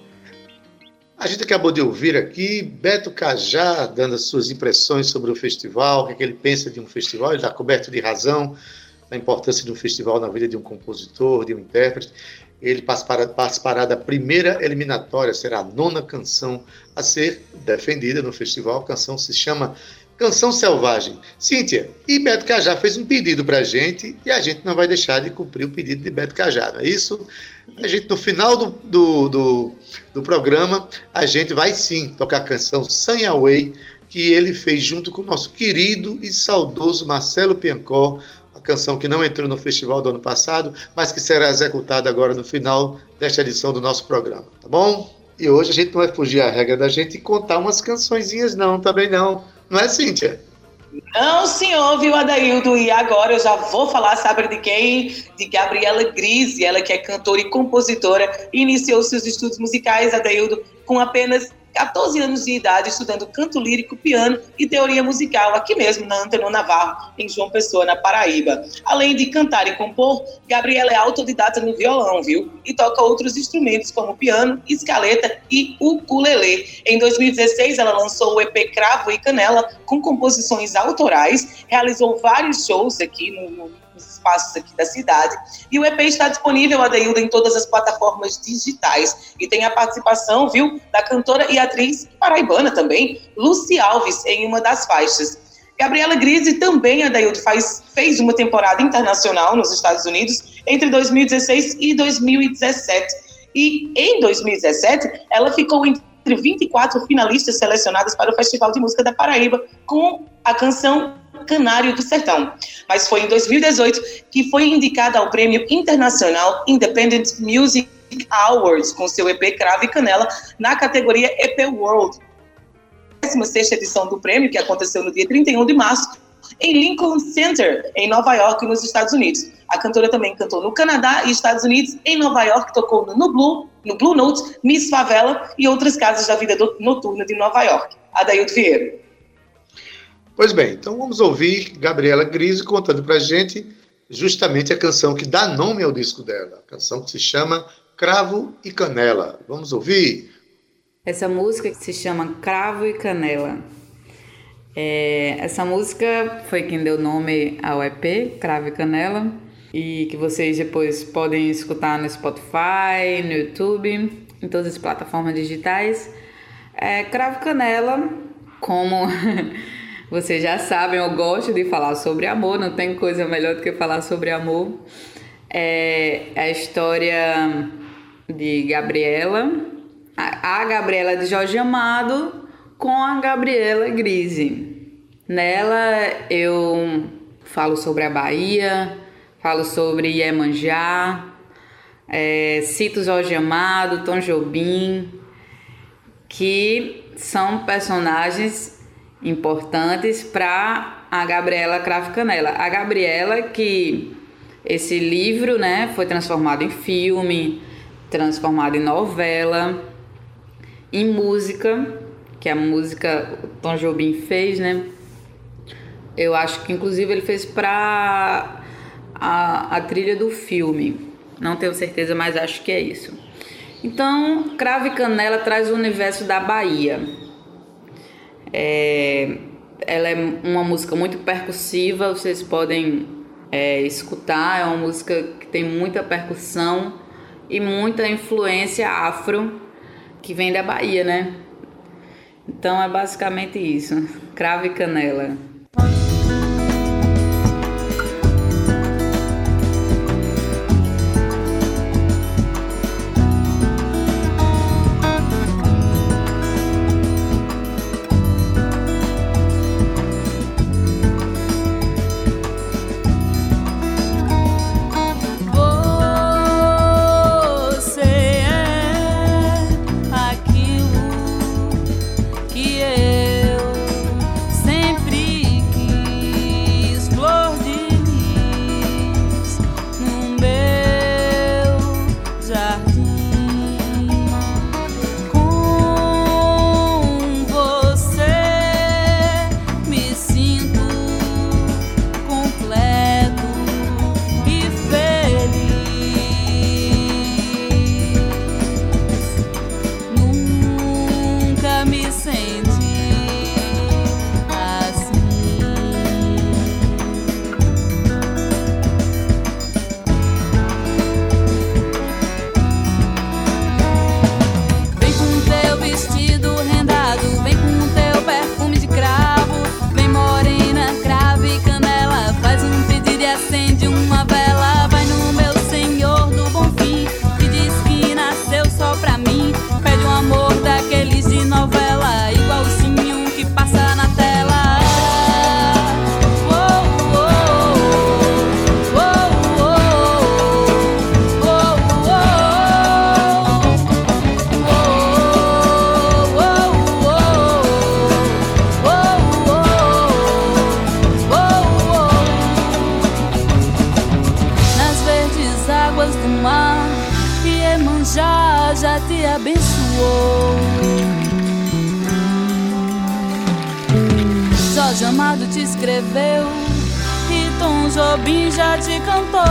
A gente acabou de ouvir aqui Beto Cajá dando as suas impressões sobre o festival, o que é que ele pensa de um festival. Ele está coberto de razão na importância de um festival na vida de um compositor, de um intérprete. Ele participará da primeira eliminatória, será a 9ª canção a ser defendida no festival. A canção se chama Canção Selvagem. Cíntia, e Beto Cajá fez um pedido para a gente e a gente não vai deixar de cumprir o pedido de Beto Cajá, não é isso? A gente, no final do programa, a gente vai sim tocar a canção Sanhaway, que ele fez junto com o nosso querido e saudoso Marcelo Pinhacó, a canção que não entrou no festival do ano passado, mas que será executada agora no final desta edição do nosso programa, tá bom? E hoje a gente não vai fugir à regra da gente e contar umas cançõezinhas não, também não. Não é, Cíntia? Não, senhor, viu, Adaildo? E agora eu já vou falar, sabe de quem? De Gabriela Grise, ela que é cantora e compositora, iniciou seus estudos musicais, Adaildo, com apenas 14 anos de idade, estudando canto lírico, piano e teoria musical, aqui mesmo na Antenor Navarro, em João Pessoa, na Paraíba. Além de cantar e compor, Gabriela é autodidata no violão, viu? E toca outros instrumentos como piano, escaleta e ukulele. Em 2016, ela lançou o EP Cravo e Canela, com composições autorais, realizou vários shows aqui nos espaços aqui da cidade, e o EP está disponível, Adaildo, em todas as plataformas digitais, e tem a participação, viu, da cantora e atriz paraibana também, Lucy Alves, em uma das faixas. Gabriela Grise também, Adaildo, fez uma temporada internacional nos Estados Unidos entre 2016 e 2017. E em 2017, ela ficou entre 24 finalistas selecionadas para o Festival de Música da Paraíba com a canção Canário do Sertão. Mas foi em 2018 que foi indicada ao Prêmio Internacional Independent Music Awards com seu EP Cravo e Canela na categoria EP World. 16ª edição do prêmio, que aconteceu no dia 31 de março, em Lincoln Center, em Nova York, nos Estados Unidos. A cantora também cantou no Canadá e Estados Unidos. Em Nova York, tocou no Blue Note, Miss Favela e outras casas da vida noturna de Nova York. Adaildo Vieira. Pois bem, então vamos ouvir Gabriela Grise contando pra gente justamente a canção que dá nome ao disco dela. A canção que se chama Cravo e Canela. Vamos ouvir? Essa música que se chama Cravo e Canela. Essa música foi quem deu nome ao EP, Cravo e Canela, e que vocês depois podem escutar no Spotify, no YouTube, em todas as plataformas digitais. Cravo e Canela, como vocês já sabem, eu gosto de falar sobre amor, não tem coisa melhor do que falar sobre amor. É a história de Gabriela, a Gabriela de Jorge Amado com a Gabriela Grise. Nela eu falo sobre a Bahia, falo sobre Iemanjá, cito Jorge Amado, Tom Jobim, que são personagens importantes para a Gabriela Cravo e Canela. A Gabriela, que esse livro, né, foi transformado em filme, transformado em novela, em música, que a música Tom Jobim fez, né? Eu acho que inclusive ele fez para a trilha do filme. Não tenho certeza, mas acho que é isso. Então, Cravo e Canela traz o universo da Bahia. Ela é uma música muito percussiva, vocês podem escutar. É uma música que tem muita percussão e muita influência afro que vem da Bahia, né? Então é basicamente isso, Cravo e Canela. Jorge Amado te escreveu e Tom Jobim já te cantou.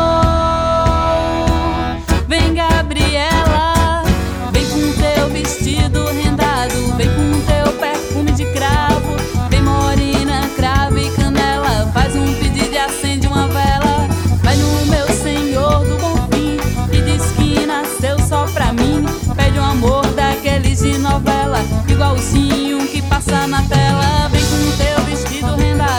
Vem, Gabriela, vem com teu vestido rendado, vem com teu perfume de cravo, vem morena, cravo e canela, faz um pedido e acende uma vela. Vai no meu Senhor do Bom Fim e diz que nasceu só pra mim. Pede um amor daqueles de novela, igualzinho que passa na tela. Vem com teu vestido rendado,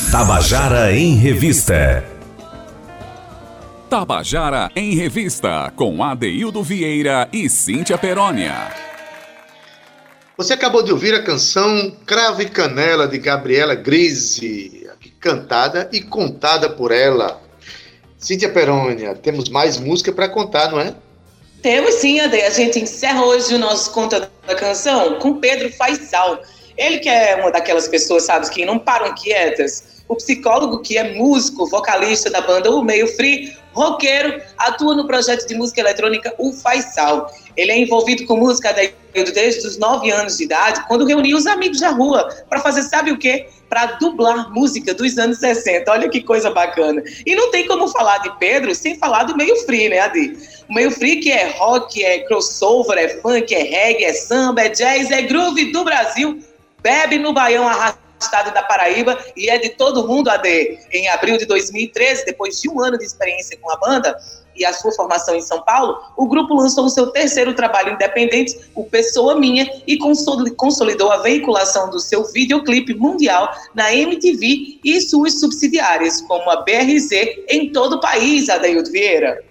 Tabajara em Revista. Tabajara em Revista, com Adeildo Vieira e Cíntia Perônia. Você acabou de ouvir a canção Cravo e Canela, de Gabriela Grise, cantada e contada por ela. Cíntia Perônia, temos mais música para contar, não é? Temos sim, Ade. A gente encerra hoje o nosso Conta da Canção com Pedro Faisal. Ele que é uma daquelas pessoas, sabe, que não param quietas. O psicólogo que é músico, vocalista da banda O Meio Free, roqueiro, atua no projeto de música eletrônica O Faisal. Ele é envolvido com música desde os 9 anos de idade, quando reuniu os amigos da rua para fazer sabe o quê? Para dublar música dos anos 60. Olha que coisa bacana. E não tem como falar de Pedro sem falar do Meio Free, né, Adi? O Meio Free que é rock, é crossover, é funk, é reggae, é samba, é jazz, é groove do Brasil, bebe no baião arrastado da Paraíba e é de todo mundo, Ade. Em abril de 2013, depois de um ano de experiência com a banda e a sua formação em São Paulo, o grupo lançou o seu 3º trabalho independente, o Pessoa Minha, e consolidou a veiculação do seu videoclipe mundial na MTV e suas subsidiárias, como a BRZ, em todo o país, Adeildo Vieira.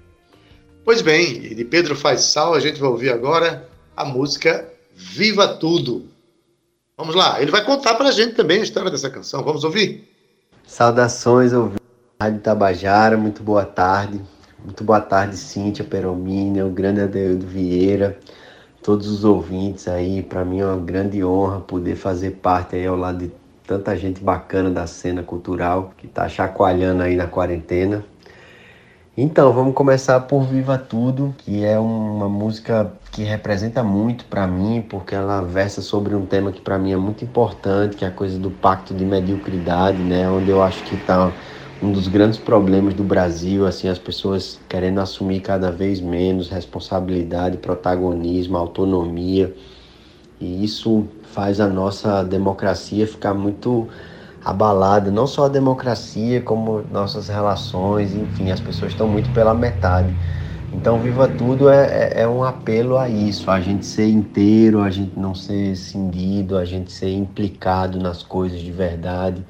Pois bem, de Pedro Faisal a gente vai ouvir agora a música Viva Tudo. Vamos lá, ele vai contar pra gente também a história dessa canção. Vamos ouvir? Saudações, ouvintes da Rádio Tabajara, muito boa tarde. Muito boa tarde, Cíntia Perônia, o grande Adeildo Vieira, todos os ouvintes aí. Para mim é uma grande honra poder fazer parte aí ao lado de tanta gente bacana da cena cultural que tá chacoalhando aí na quarentena. Então, vamos começar por Viva Tudo, que é uma música que representa muito para mim, porque ela versa sobre um tema que para mim é muito importante, que é a coisa do pacto de mediocridade, né? Onde eu acho que tá um dos grandes problemas do Brasil, assim, as pessoas querendo assumir cada vez menos responsabilidade, protagonismo, autonomia. E isso faz a nossa democracia ficar muito abalada, não só a democracia, como nossas relações, enfim, as pessoas estão muito pela metade. Então, Viva Tudo é um apelo a isso, a gente ser inteiro, a gente não ser cindido, a gente ser implicado nas coisas de verdade.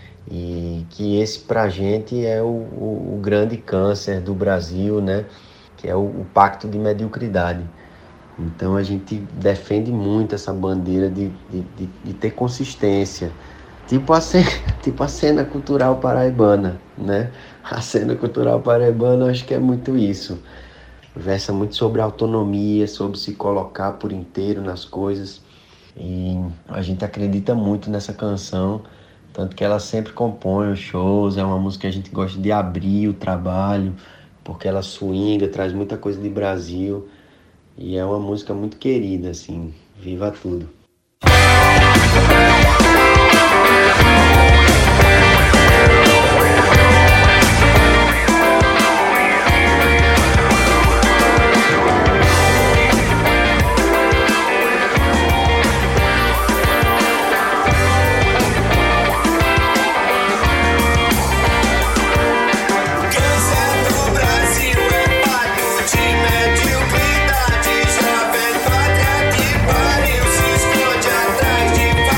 E que esse pra gente é o grande câncer do Brasil, né? Que é o pacto de mediocridade. Então a gente defende muito essa bandeira de ter consistência. Tipo a cena cultural paraibana, né? A cena cultural paraibana, acho que é muito isso. Versa muito sobre autonomia, sobre se colocar por inteiro nas coisas. E a gente acredita muito nessa canção, tanto que ela sempre compõe os shows. É uma música que a gente gosta de abrir o trabalho, porque ela swinga, traz muita coisa de Brasil. E é uma música muito querida, assim. Viva Tudo. Mediocridade, jovem pátria que pariu, se esconde atrás de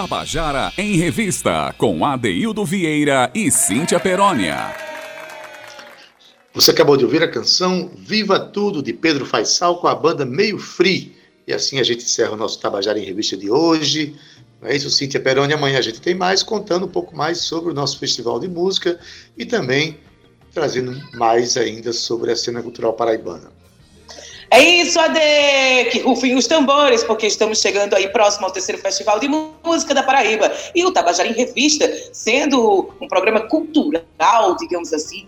Tabajara em Revista, com Adeildo Vieira e Cíntia Perônia. Você acabou de ouvir a canção Viva Tudo, de Pedro Faisal, com a banda Meio Free. E assim a gente encerra o nosso Tabajara em Revista de hoje. Não é isso, Cíntia Perônia? Amanhã a gente tem mais, contando um pouco mais sobre o nosso Festival de Música e também trazendo mais ainda sobre a cena cultural paraibana. É isso, Ade! Que rufem os tambores, porque estamos chegando aí próximo ao 3º Festival de Música da Paraíba. E o Tabajara em Revista, sendo um programa cultural, digamos assim,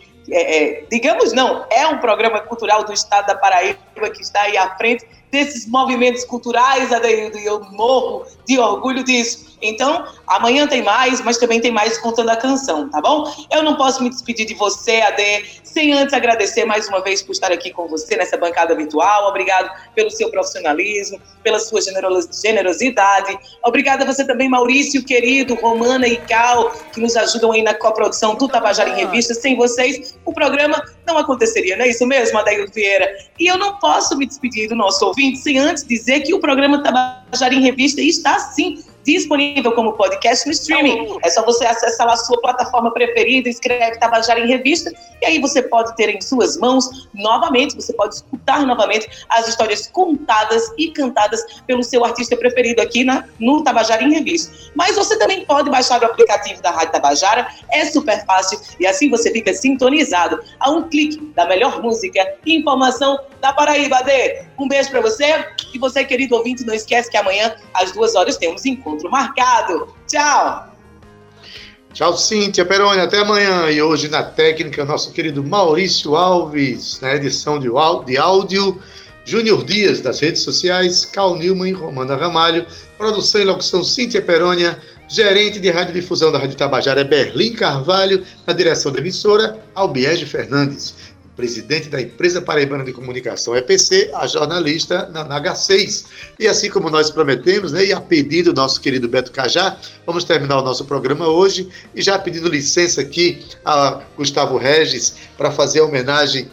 é um programa cultural do estado da Paraíba que está aí à frente desses movimentos culturais, Adeildo, e eu morro de orgulho disso. Então, amanhã tem mais, mas também tem mais Contando a Canção, tá bom? Eu não posso me despedir de você, Ade, sem antes agradecer mais uma vez por estar aqui com você nessa bancada virtual. Obrigado pelo seu profissionalismo, pela sua generosidade. Obrigada a você também, Maurício, querido, Romana e Cal, que nos ajudam aí na coprodução do Tabajara em Revista. Sem vocês, o programa não aconteceria, não é isso mesmo, Adeildo Vieira? E eu não posso me despedir do nosso ouvinte sem antes dizer que o programa Tabajara em Revista está, sim, disponível como podcast no streaming. É só você acessar lá a sua plataforma preferida, escreve Tabajara em Revista, e aí você pode ter em suas mãos novamente, você pode escutar novamente as histórias contadas e cantadas pelo seu artista preferido aqui no Tabajara em Revista. Mas você também pode baixar o aplicativo da Rádio Tabajara, é super fácil, e assim você fica sintonizado a um clique da melhor música e informação da Paraíba. Adê, um beijo pra você, e você, querido ouvinte, não esquece que amanhã às 2h temos encontro marcado. Tchau! Tchau, Cíntia Perônia, até amanhã. E hoje na técnica, nosso querido Maurício Alves, na edição de áudio, Júnior Dias, das redes sociais, Cal Nilman e Romana Ramalho, produção e locução Cíntia Perônia, gerente de radiodifusão da Rádio Tabajara é Berlim Carvalho, na direção da emissora, Albiege Fernandes, presidente da Empresa Paraibana de Comunicação, EPC, a jornalista Naná H6. E assim como nós prometemos, né, e a pedido do nosso querido Beto Cajá, vamos terminar o nosso programa hoje, e já pedindo licença aqui a Gustavo Regis para fazer a homenagem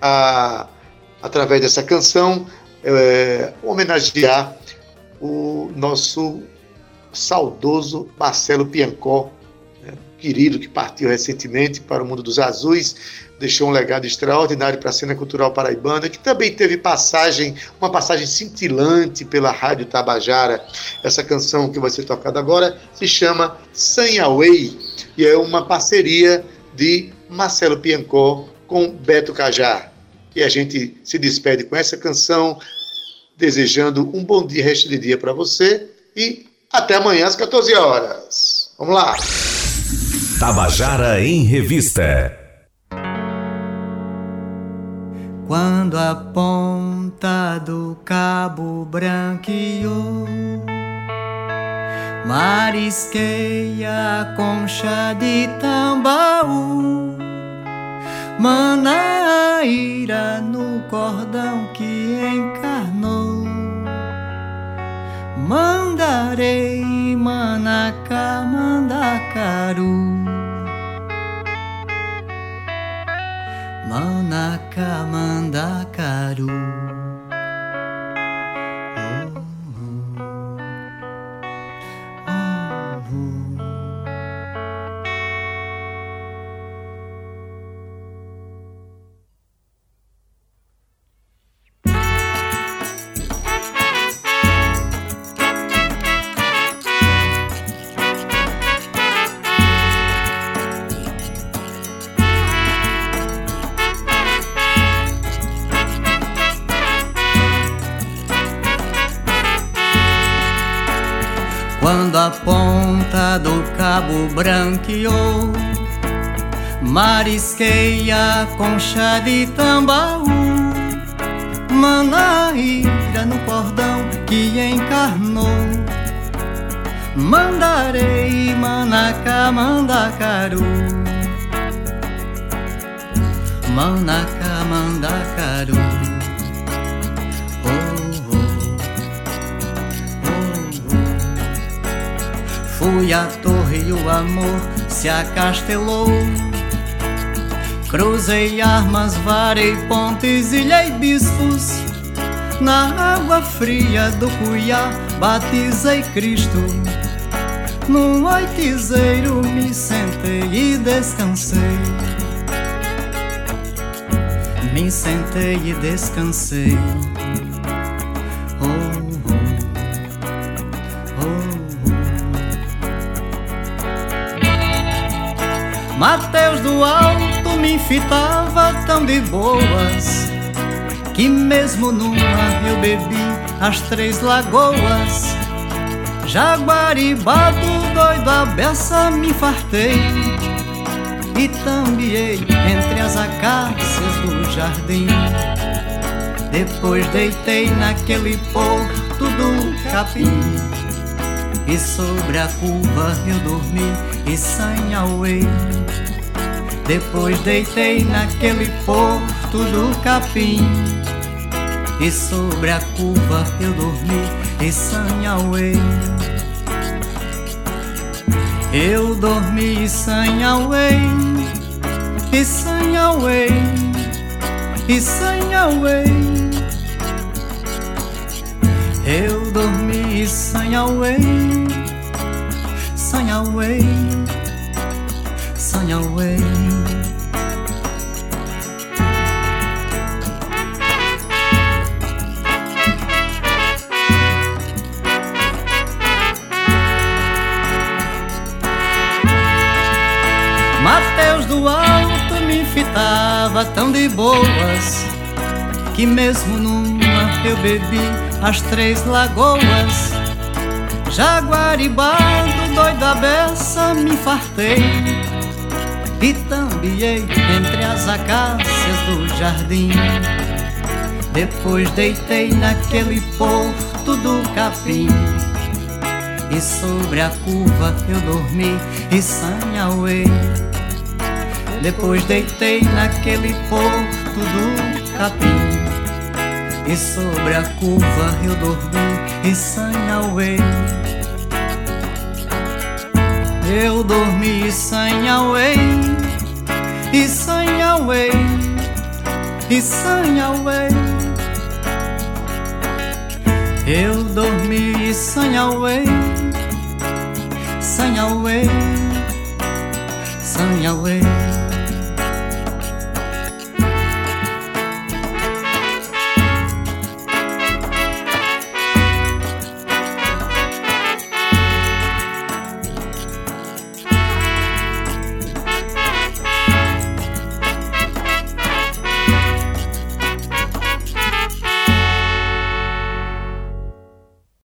através dessa canção, homenagear o nosso saudoso Marcelo Piancó, né, querido, que partiu recentemente para o mundo dos azuis, deixou um legado extraordinário para a cena cultural paraibana, que também teve uma passagem cintilante pela Rádio Tabajara. Essa canção que vai ser tocada agora se chama Sanhaway, e é uma parceria de Marcelo Piancó com Beto Cajá. E a gente se despede com essa canção, desejando um bom dia, resto de dia para você, e até amanhã às 14h. Vamos lá! Tabajara em Revista. Quando a ponta do cabo branqueou, marisquei a concha de Tambaú, Manaíra no cordão que encarnou, Mandarei, Manacá, Mandacaru, Manacá, Mandacaru. Quando a ponta do cabo branqueou, marisquei a concha de Tambaú, Manaíra no cordão que encarnou, Mandarei, Manacá, Mandacaru, Manacá, Mandacaru. Fui à torre e o amor se acastelou, cruzei armas, varei pontes, ilhei bispos, na água fria do Cuiá batizei Cristo, num oitizeiro me sentei e descansei. Me sentei e descansei. Mateus do Alto me fitava tão de boas que mesmo numa eu bebi as 3 lagoas. Jaguaribado, doido a beça, me fartei e tambiei entre as acácias do jardim. Depois deitei naquele porto do capim e sobre a curva eu dormi e sanhauei. Depois deitei naquele porto do capim e sobre a curva eu dormi e sanhauei. Eu dormi e sanhauei, e sanhauei, e sanhauei. Eu dormi e sanhauei, sanhauei, sanhauei. Mateus do Alto me fitava tão de boas que mesmo numa eu bebi as 3 lagoas. Jaguaribado, doido a beça, me fartei e tambiei entre as acácias do jardim. Depois deitei naquele porto do capim e sobre a curva eu dormi e sanhauei. Depois deitei naquele porto do capim e sobre a curva eu dormi e sanhauei. Eu dormi e sanhauei, e sanhauei, e sanhauei. Eu dormi e sanhauei, sanhauei, sanhauei.